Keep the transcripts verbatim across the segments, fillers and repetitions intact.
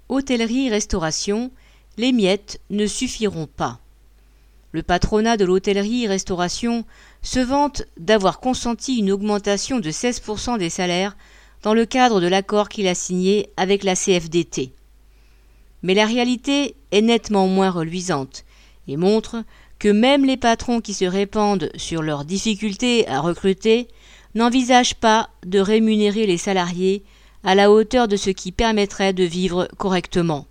Hôtellerie-restauration, les miettes ne suffiront pas. Le patronat de l'hôtellerie-restauration se vante d'avoir consenti une augmentation de seize pour cent des salaires dans le cadre de l'accord qu'il a signé avec la C F D T. Mais la réalité est nettement moins reluisante et montre que même les patrons qui se répandent sur leurs difficultés à recruter n'envisagent pas de rémunérer les salariés à la hauteur de ce qui permettrait de vivre correctement.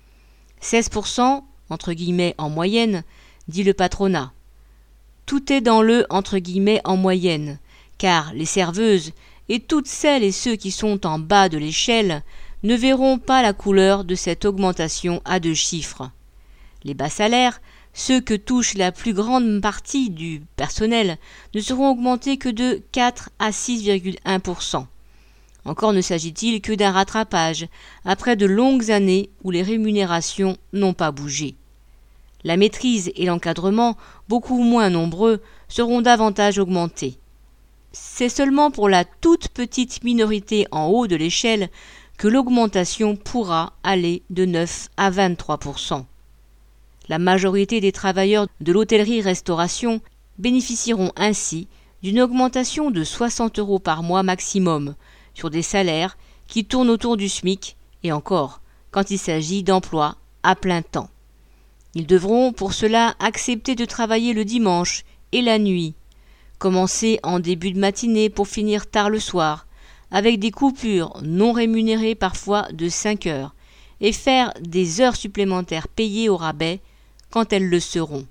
seize pour cent, entre guillemets en moyenne, dit le patronat. Tout est dans le entre guillemets en moyenne, car les serveuses et toutes celles et ceux qui sont en bas de l'échelle ne verront pas la couleur de cette augmentation à deux chiffres. Les bas salaires, ceux que touche la plus grande partie du personnel, ne seront augmentés que de quatre à six virgule un pour cent. Encore ne s'agit-il que d'un rattrapage, après de longues années où les rémunérations n'ont pas bougé. La maîtrise et l'encadrement, beaucoup moins nombreux, seront davantage augmentés. C'est seulement pour la toute petite minorité en haut de l'échelle que l'augmentation pourra aller de neuf à vingt-trois pour cent. La majorité des travailleurs de l'hôtellerie-restauration bénéficieront ainsi d'une augmentation de soixante euros par mois maximum, sur des salaires qui tournent autour du SMIC, et encore, quand il s'agit d'emplois à plein temps. Ils devront pour cela accepter de travailler le dimanche et la nuit, commencer en début de matinée pour finir tard le soir, avec des coupures non rémunérées parfois de cinq heures, et faire des heures supplémentaires payées au rabais quand elles le seront.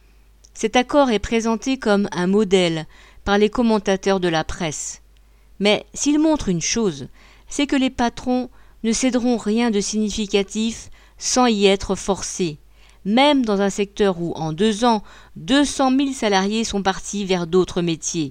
Cet accord est présenté comme un modèle par les commentateurs de la presse. Mais s'il montre une chose, c'est que les patrons ne céderont rien de significatif sans y être forcés, même dans un secteur où, en deux ans, deux cent mille salariés sont partis vers d'autres métiers.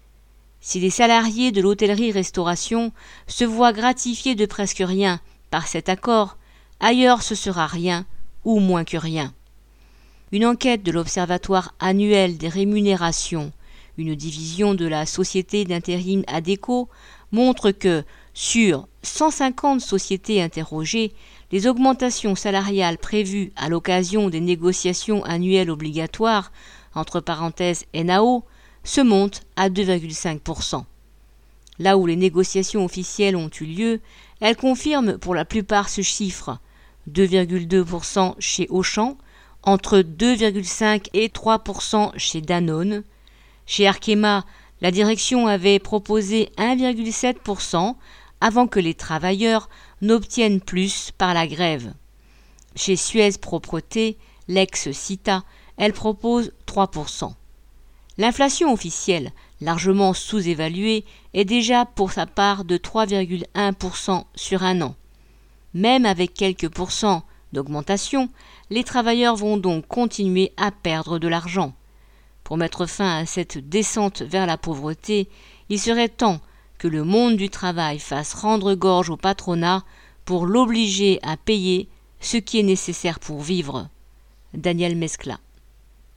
Si les salariés de l'hôtellerie-restauration se voient gratifiés de presque rien par cet accord, ailleurs ce sera rien ou moins que rien. Une enquête de l'Observatoire annuel des rémunérations, une division de la société d'intérim Adecco, montre que, sur cent cinquante sociétés interrogées, les augmentations salariales prévues à l'occasion des négociations annuelles obligatoires, entre parenthèses N A O, se montent à deux virgule cinq pour cent. Là où les négociations officielles ont eu lieu, elles confirment pour la plupart ce chiffre, deux virgule deux pour cent chez Auchan, entre deux virgule cinq et trois pour cent chez Danone. Chez Arkema, la direction avait proposé un virgule sept pour cent avant que les travailleurs n'obtiennent plus par la grève. Chez Suez Propreté, l'ex-Cita, elle propose trois pour cent. L'inflation officielle, largement sous-évaluée, est déjà pour sa part de trois virgule un pour cent sur un an. Même avec quelques pourcents d'augmentation, les travailleurs vont donc continuer à perdre de l'argent. Pour mettre fin à cette descente vers la pauvreté, il serait temps que le monde du travail fasse rendre gorge au patronat pour l'obliger à payer ce qui est nécessaire pour vivre. Daniel Mescla.